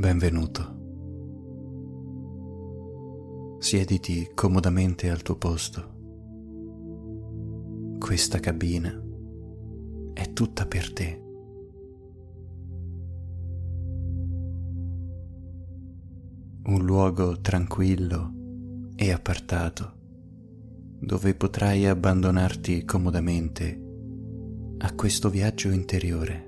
Benvenuto. Siediti comodamente al tuo posto. Questa cabina è tutta per te. Un luogo tranquillo e appartato dove potrai abbandonarti comodamente a questo viaggio interiore.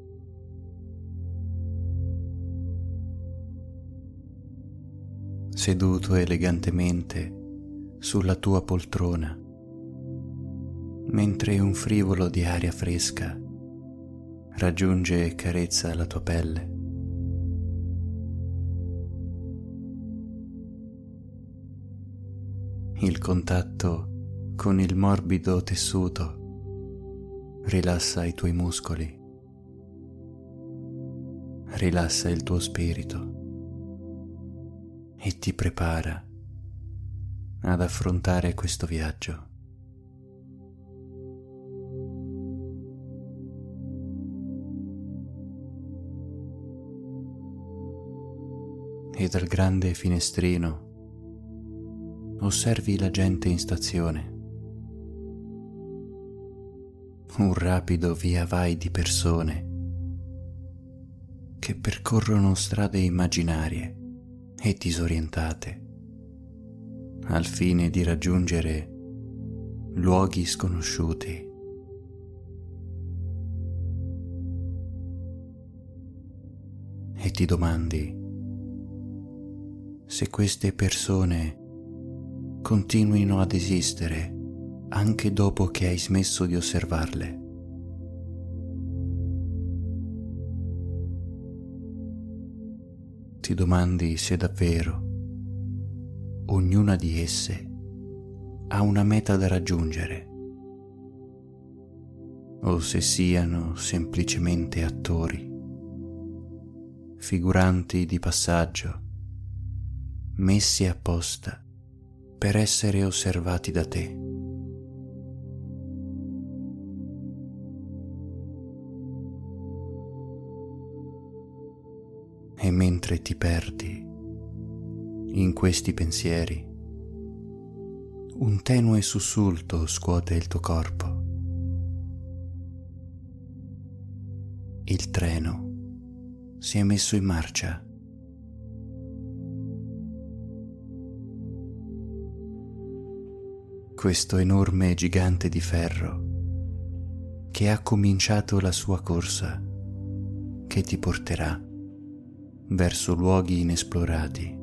Seduto elegantemente sulla tua poltrona, mentre un frivolo di aria fresca raggiunge e carezza la tua pelle. Il contatto con il morbido tessuto rilassa i tuoi muscoli, rilassa il tuo spirito e ti prepara ad affrontare questo viaggio. E dal grande finestrino osservi la gente in stazione. Un rapido via vai di persone che percorrono strade immaginarie e disorientate al fine di raggiungere luoghi sconosciuti. E ti domandi se queste persone continuino ad esistere anche dopo che hai smesso di osservarle. Ti domandi se davvero ognuna di esse ha una meta da raggiungere o se siano semplicemente attori, figuranti di passaggio, messi apposta per essere osservati da te. E mentre ti perdi in questi pensieri, un tenue sussulto scuote il tuo corpo. Il treno si è messo in marcia. Questo enorme gigante di ferro che ha cominciato la sua corsa, che ti porterà verso luoghi inesplorati.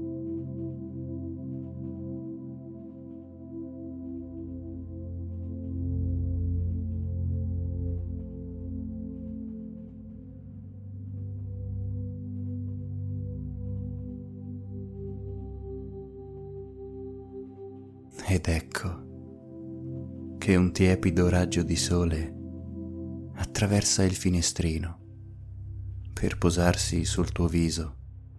Ed ecco che un tiepido raggio di sole attraversa il finestrino per posarsi sul tuo viso.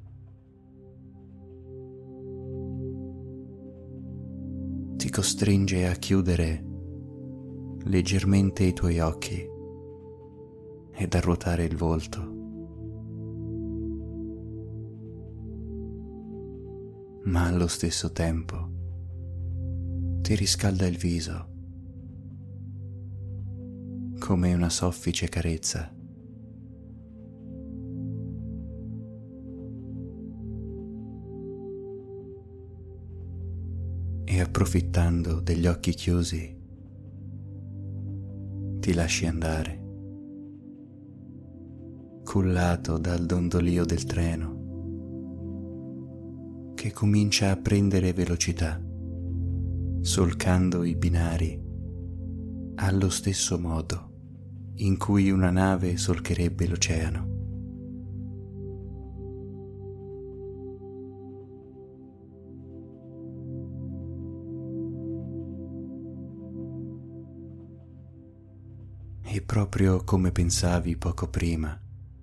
Ti costringe a chiudere leggermente i tuoi occhi ed a ruotare il volto. Ma allo stesso tempo ti riscalda il viso come una soffice carezza. E approfittando degli occhi chiusi, ti lasci andare, cullato dal dondolio del treno, che comincia a prendere velocità, solcando i binari allo stesso modo in cui una nave solcherebbe l'oceano. E proprio come pensavi poco prima,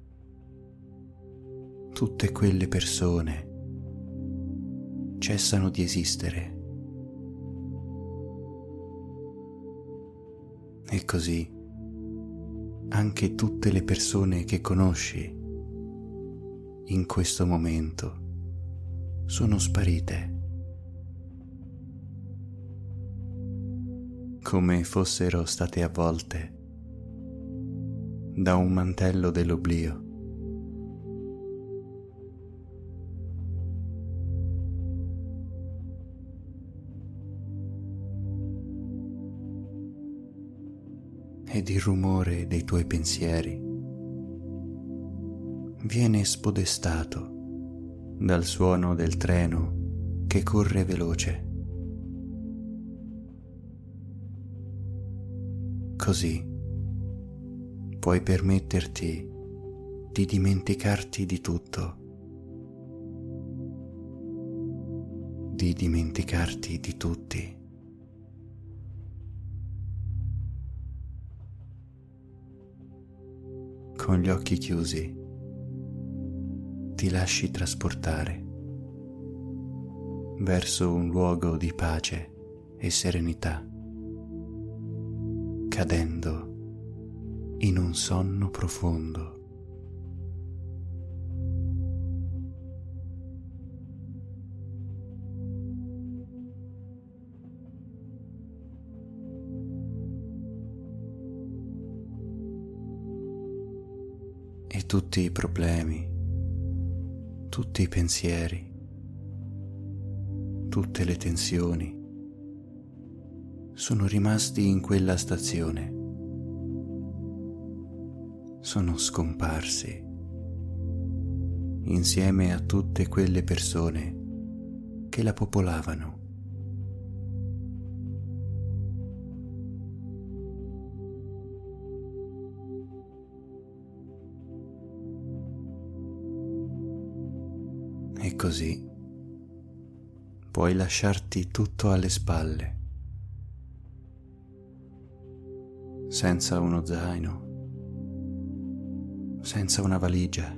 tutte quelle persone cessano di esistere. E così anche tutte le persone che conosci in questo momento sono sparite, come fossero state avvolte da un mantello dell'oblio. Ed il rumore dei tuoi pensieri viene spodestato dal suono del treno che corre veloce. Così puoi permetterti di dimenticarti di tutto, di dimenticarti di tutti. Con gli occhi chiusi ti lasci trasportare verso un luogo di pace e serenità, cadendo in un sonno profondo. E tutti i problemi, tutti i pensieri, tutte le tensioni sono rimasti in quella stazione, sono scomparsi insieme a tutte quelle persone che la popolavano. E così puoi lasciarti tutto alle spalle, senza uno zaino, senza una valigia.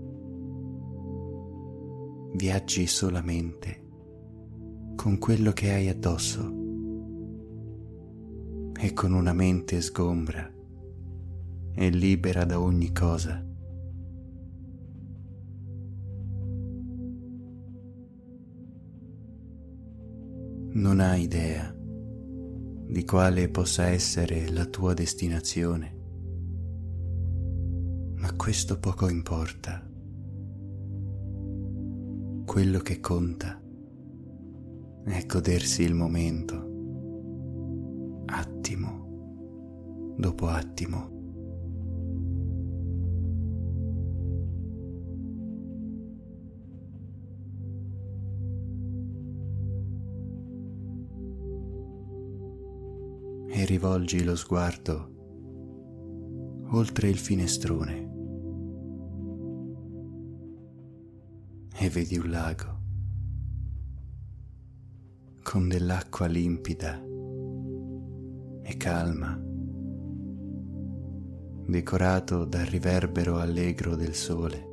Viaggi solamente con quello che hai addosso e con una mente sgombra e libera da ogni cosa. Non hai idea di quale possa essere la tua destinazione, ma questo poco importa. Quello che conta è godersi il momento, attimo dopo attimo. E rivolgi lo sguardo oltre il finestrone e vedi un lago con dell'acqua limpida e calma, decorato dal riverbero allegro del sole.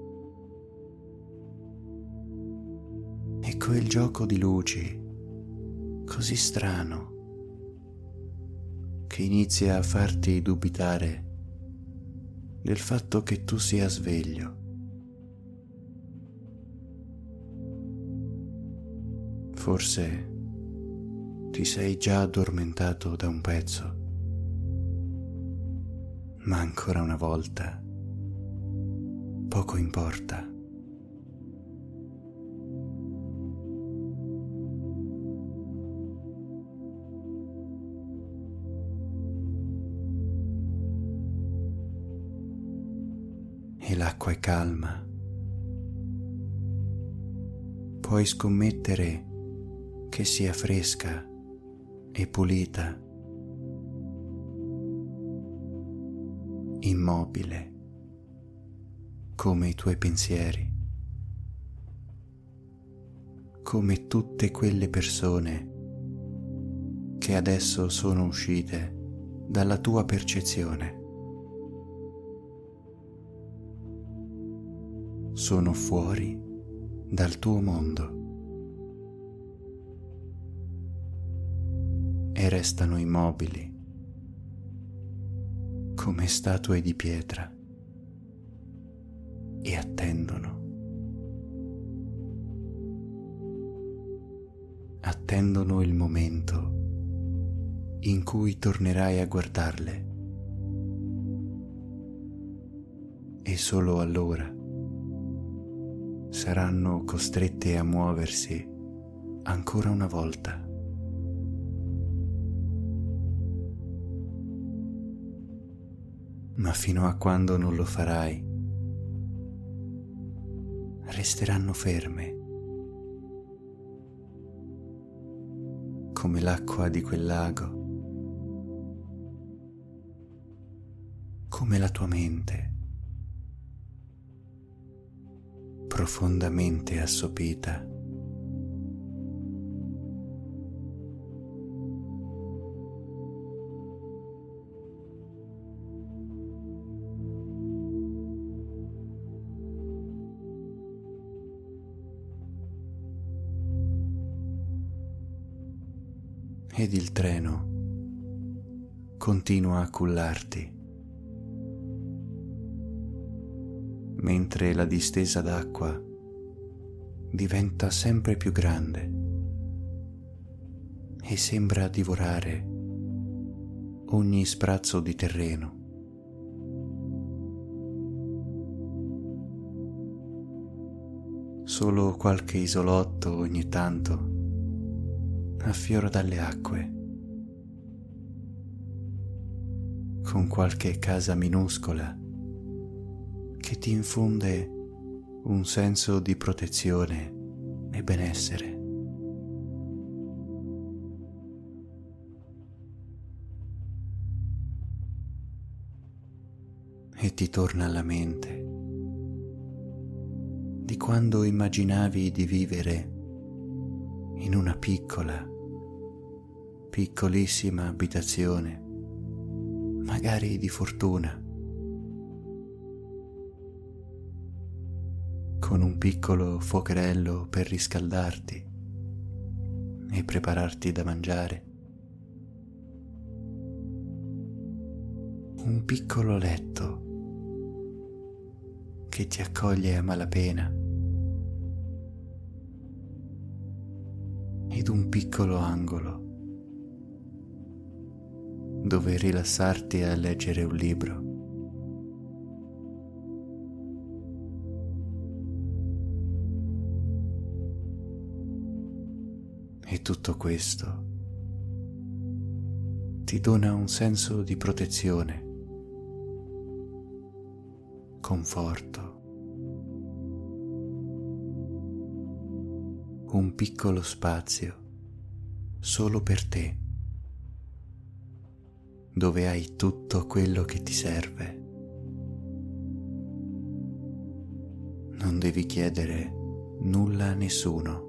E quel gioco di luci così strano che inizia a farti dubitare del fatto che tu sia sveglio. Forse ti sei già addormentato da un pezzo, ma ancora una volta poco importa. E l'acqua è calma. Puoi scommettere che sia fresca e pulita, immobile, come i tuoi pensieri, come tutte quelle persone che adesso sono uscite dalla tua percezione. Sono fuori dal tuo mondo e restano immobili come statue di pietra e attendono attendono il momento in cui tornerai a guardarle e solo allora saranno costrette a muoversi ancora una volta. Ma fino a quando non lo farai, resteranno ferme, come l'acqua di quel lago, come la tua mente, profondamente assopita. Ed il treno continua a cullarti, mentre la distesa d'acqua diventa sempre più grande e sembra divorare ogni sprazzo di terreno. Solo qualche isolotto ogni tanto affiora dalle acque, con qualche casa minuscola che ti infonde un senso di protezione e benessere. E ti torna alla mente di quando immaginavi di vivere in una piccolissima abitazione, magari di fortuna, con un piccolo fuocherello per riscaldarti e prepararti da mangiare, un piccolo letto che ti accoglie a malapena ed un piccolo angolo dove rilassarti a leggere un libro. E tutto questo ti dona un senso di protezione, conforto, un piccolo spazio solo per te, dove hai tutto quello che ti serve. Non devi chiedere nulla a nessuno.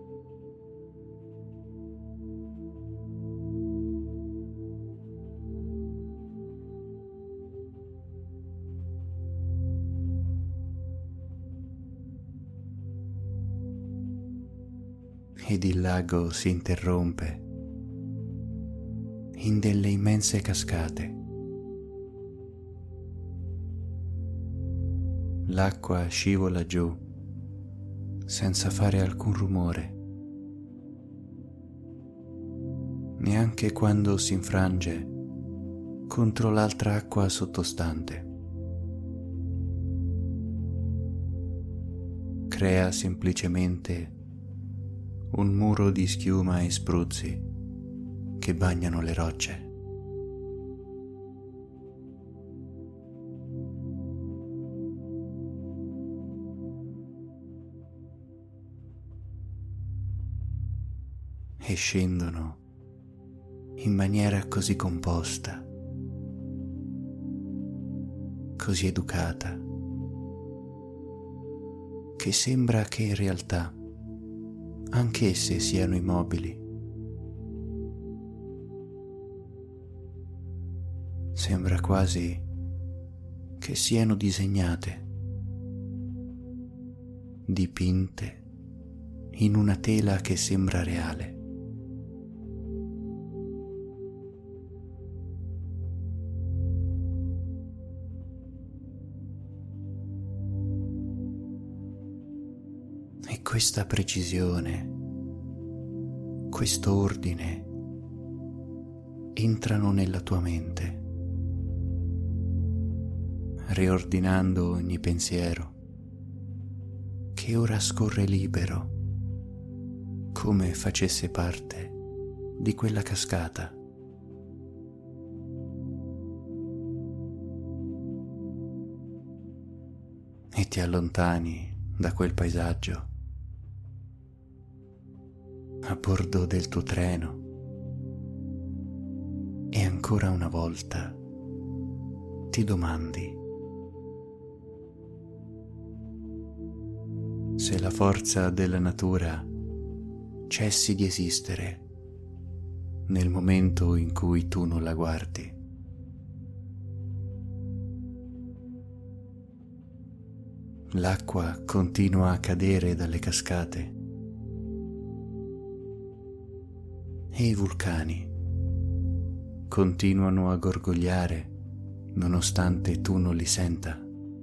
Ed il lago si interrompe in delle immense cascate. L'acqua scivola giù senza fare alcun rumore, neanche quando si infrange contro l'altra acqua sottostante. Crea semplicemente un muro di schiuma e spruzzi che bagnano le rocce. E scendono in maniera così composta, così educata, che sembra che in realtà anch'esse siano immobili. Sembra quasi che siano disegnate, dipinte in una tela che sembra reale. E questa precisione, questo ordine entrano nella tua mente, riordinando ogni pensiero che ora scorre libero, come facesse parte di quella cascata. E ti allontani da quel paesaggio a bordo del tuo treno e ancora una volta ti domandi se la forza della natura cessi di esistere nel momento in cui tu non la guardi. L'acqua continua a cadere dalle cascate e i vulcani continuano a gorgogliare nonostante tu non li senta.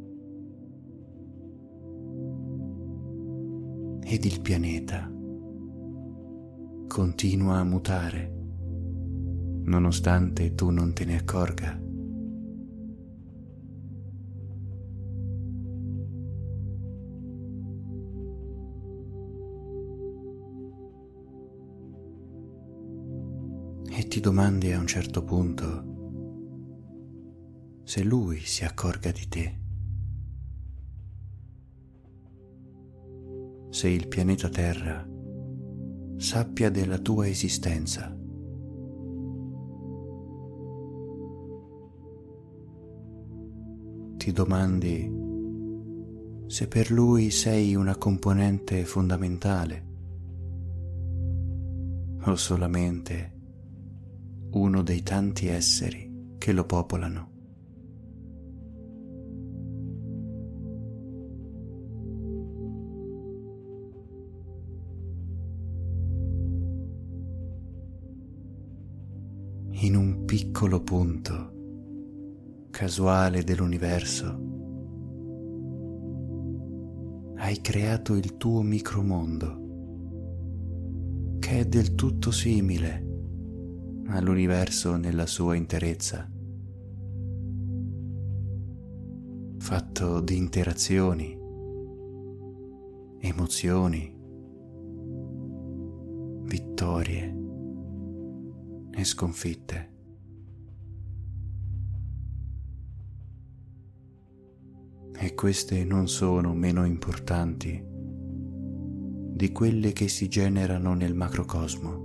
Ed il pianeta continua a mutare nonostante tu non te ne accorga. E ti domandi a un certo punto se lui si accorga di te, se il pianeta Terra sappia della tua esistenza. Ti domandi se per lui sei una componente fondamentale o solamente uno dei tanti esseri che lo popolano. In un piccolo punto casuale dell'universo hai creato il tuo micromondo, che è del tutto simile all'universo nella sua interezza, fatto di interazioni, emozioni, vittorie e sconfitte. E queste non sono meno importanti di quelle che si generano nel macrocosmo,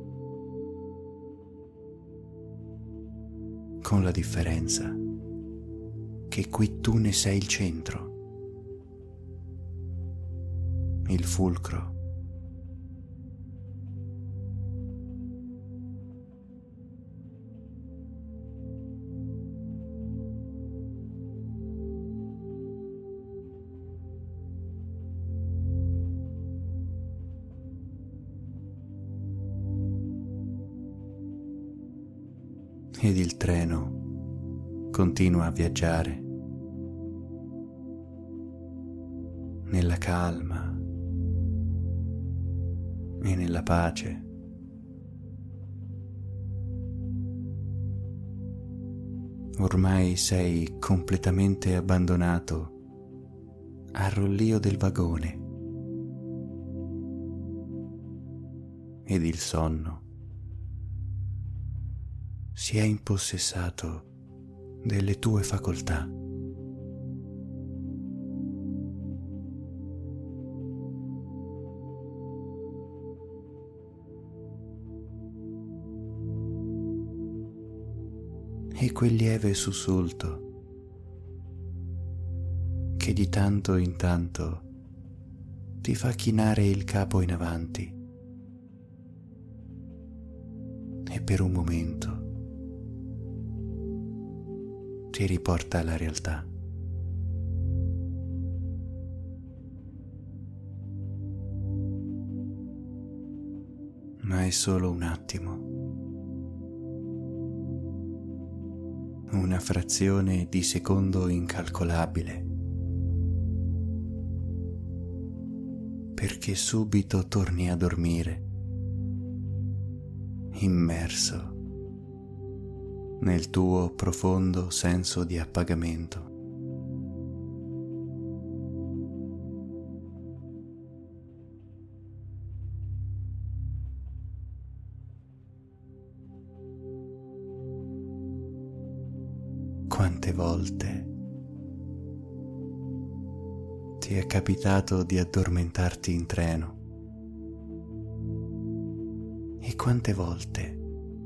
con la differenza che qui tu ne sei il centro, il fulcro. Ed il treno continua a viaggiare nella calma e nella pace. Ormai sei completamente abbandonato al rollio del vagone ed il sonno si è impossessato delle tue facoltà. E quel lieve sussulto che di tanto in tanto ti fa chinare il capo in avanti e per un momento ti riporta alla realtà. Ma è solo un attimo, una frazione di secondo incalcolabile, perché subito torni a dormire immerso nel tuo profondo senso di appagamento. Quante volte ti è capitato di addormentarti in treno? E quante volte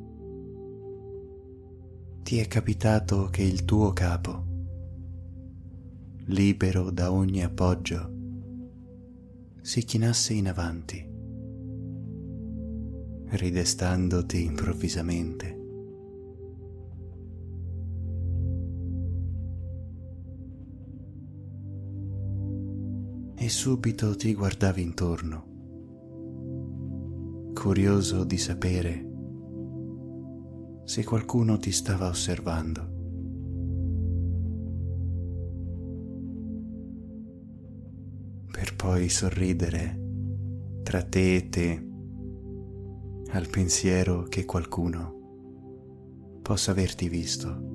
ti è capitato che il tuo capo, libero da ogni appoggio, si chinasse in avanti, ridestandoti improvvisamente? E subito ti guardavi intorno, curioso di sapere se qualcuno ti stava osservando. Per poi sorridere tra te e te al pensiero che qualcuno possa averti visto.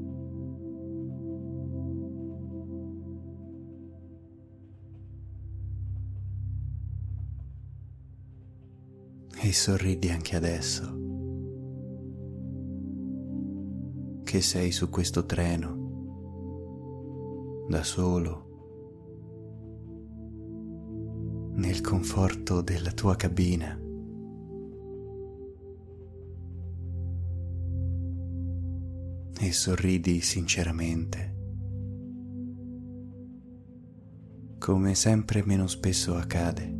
E sorridi anche adesso che sei su questo treno, da solo, nel conforto della tua cabina. E sorridi sinceramente, come sempre meno spesso accade.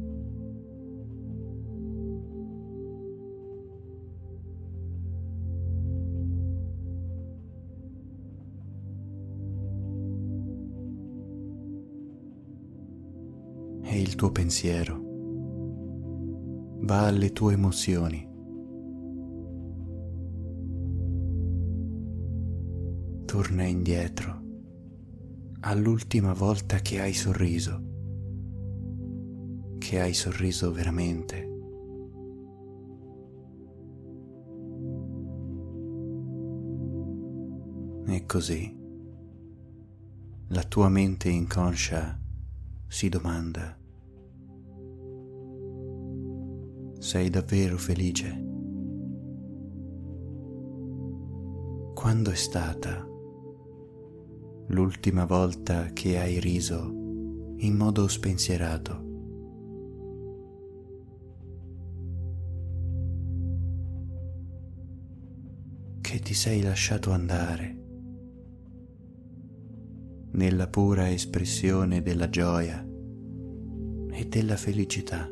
E il tuo pensiero va alle tue emozioni. Torna indietro all'ultima volta che hai sorriso veramente. E così la tua mente inconscia si domanda: sei davvero felice? Quando è stata l'ultima volta che hai riso in modo spensierato? Che ti sei lasciato andare nella pura espressione della gioia e della felicità.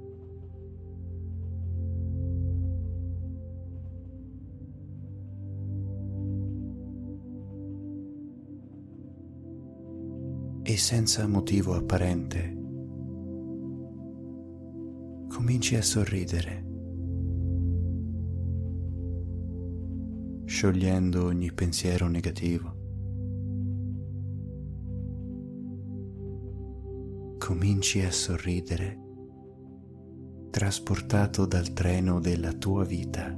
E senza motivo apparente cominci a sorridere, sciogliendo ogni pensiero negativo. Cominci a sorridere, trasportato dal treno della tua vita.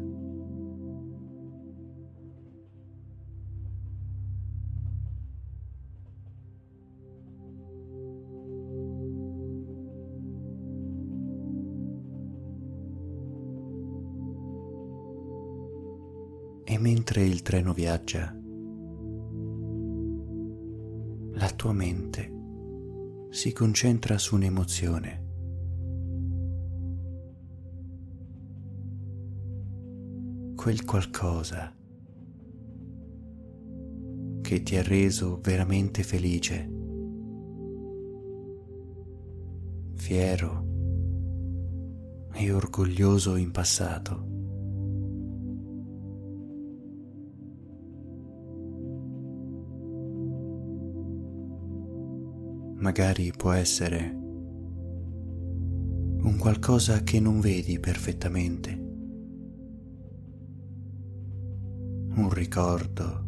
E mentre il treno viaggia, la tua mente si concentra su un'emozione. Quel qualcosa che ti ha reso veramente felice, fiero e orgoglioso in passato. Magari può essere un qualcosa che non vedi perfettamente, un ricordo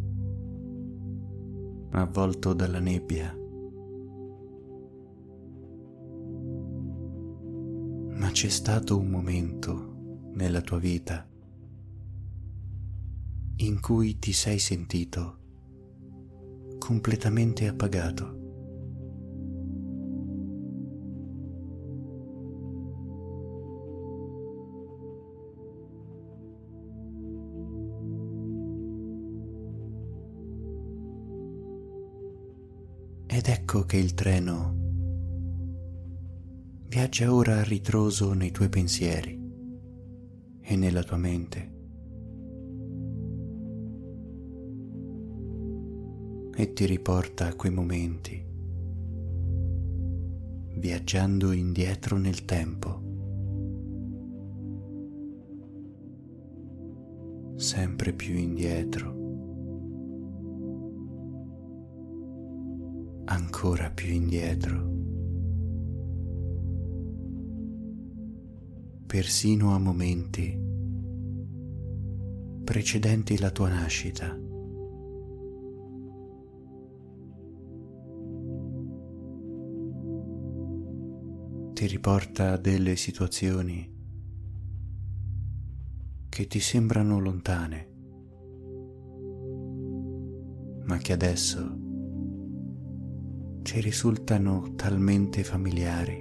avvolto dalla nebbia, ma c'è stato un momento nella tua vita in cui ti sei sentito completamente appagato. Ed ecco che il treno viaggia ora a ritroso nei tuoi pensieri e nella tua mente e ti riporta a quei momenti, viaggiando indietro nel tempo, sempre più indietro, ancora più indietro, persino a momenti precedenti la tua nascita. Ti riporta a delle situazioni che ti sembrano lontane, ma che adesso ci risultano talmente familiari.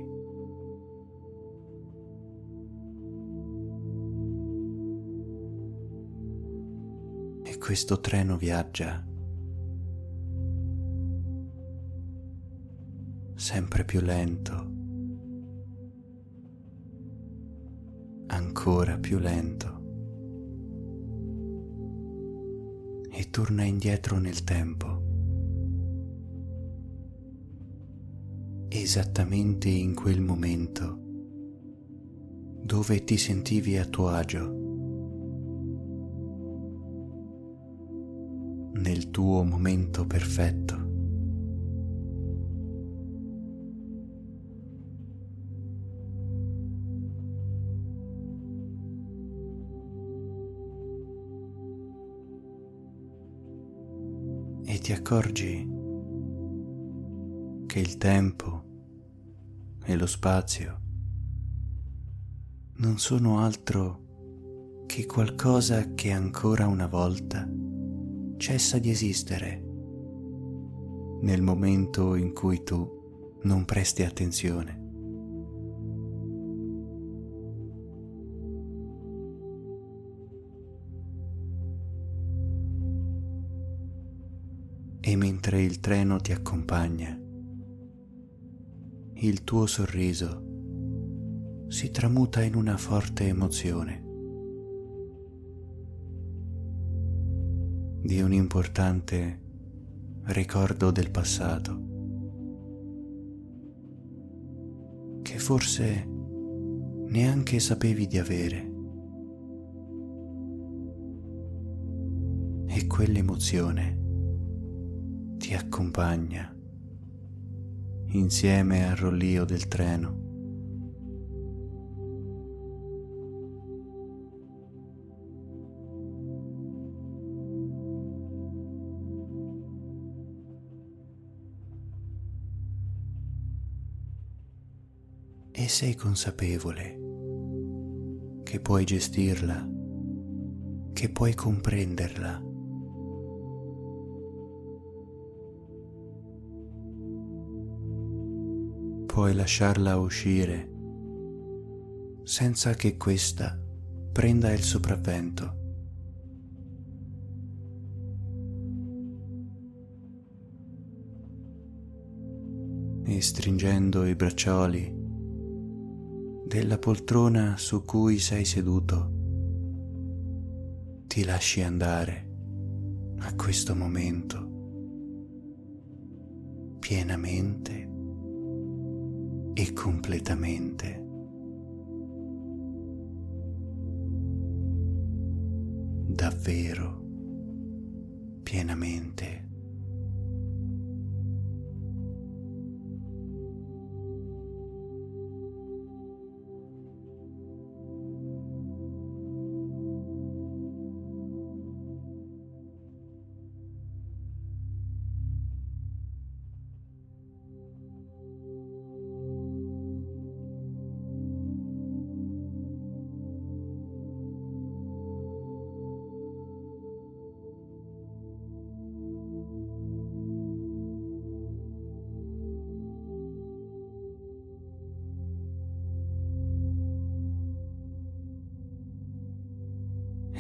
E questo treno viaggia sempre più lento, ancora più lento, e torna indietro nel tempo, esattamente in quel momento dove ti sentivi a tuo agio, nel tuo momento perfetto. E ti accorgi che il tempo e lo spazio non sono altro che qualcosa che ancora una volta cessa di esistere nel momento in cui tu non presti attenzione. E mentre il treno ti accompagna, il tuo sorriso si tramuta in una forte emozione di un importante ricordo del passato che forse neanche sapevi di avere. E quell'emozione ti accompagna insieme al rollio del treno. E sei consapevole che puoi gestirla, che puoi comprenderla. Puoi lasciarla uscire senza che questa prenda il sopravvento. E stringendo i braccioli della poltrona su cui sei seduto, ti lasci andare a questo momento pienamente e completamente. Davvero pienamente.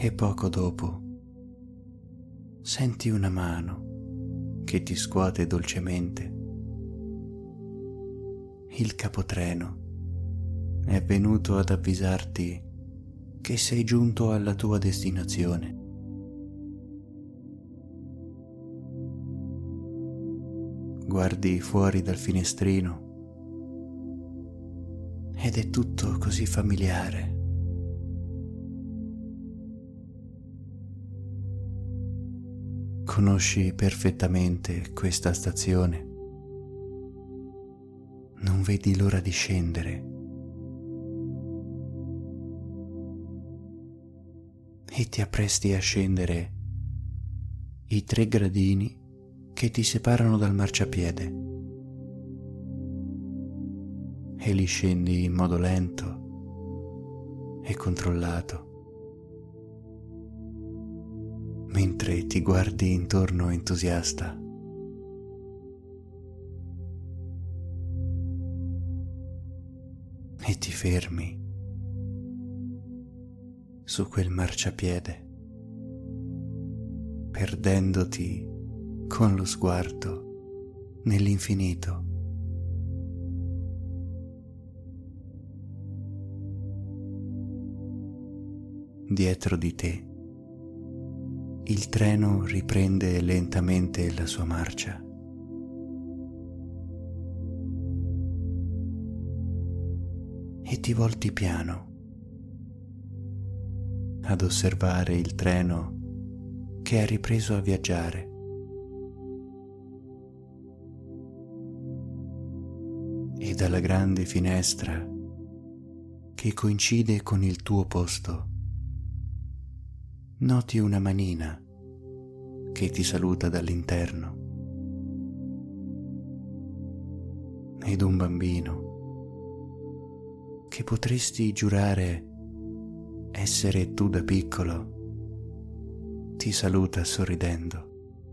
e poco dopo senti una mano che ti scuote dolcemente. Il capotreno è venuto ad avvisarti che sei giunto alla tua destinazione. Guardi fuori dal finestrino ed è tutto così familiare. Conosci perfettamente questa stazione. Non vedi l'ora di scendere e ti appresti a scendere i 3 gradini che ti separano dal marciapiede e li scendi in modo lento e controllato, mentre ti guardi intorno entusiasta. E ti fermi su quel marciapiede, perdendoti con lo sguardo nell'infinito. Dietro di te il treno riprende lentamente la sua marcia. E ti volti piano ad osservare il treno che ha ripreso a viaggiare. E dalla grande finestra che coincide con il tuo posto noti una manina che ti saluta dall'interno ed un bambino che potresti giurare essere tu da piccolo ti saluta sorridendo.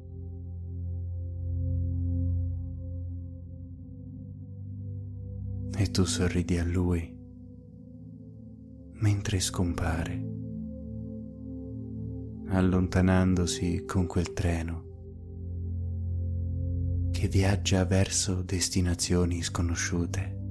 E tu sorridi a lui mentre scompare, allontanandosi con quel treno che viaggia verso destinazioni sconosciute.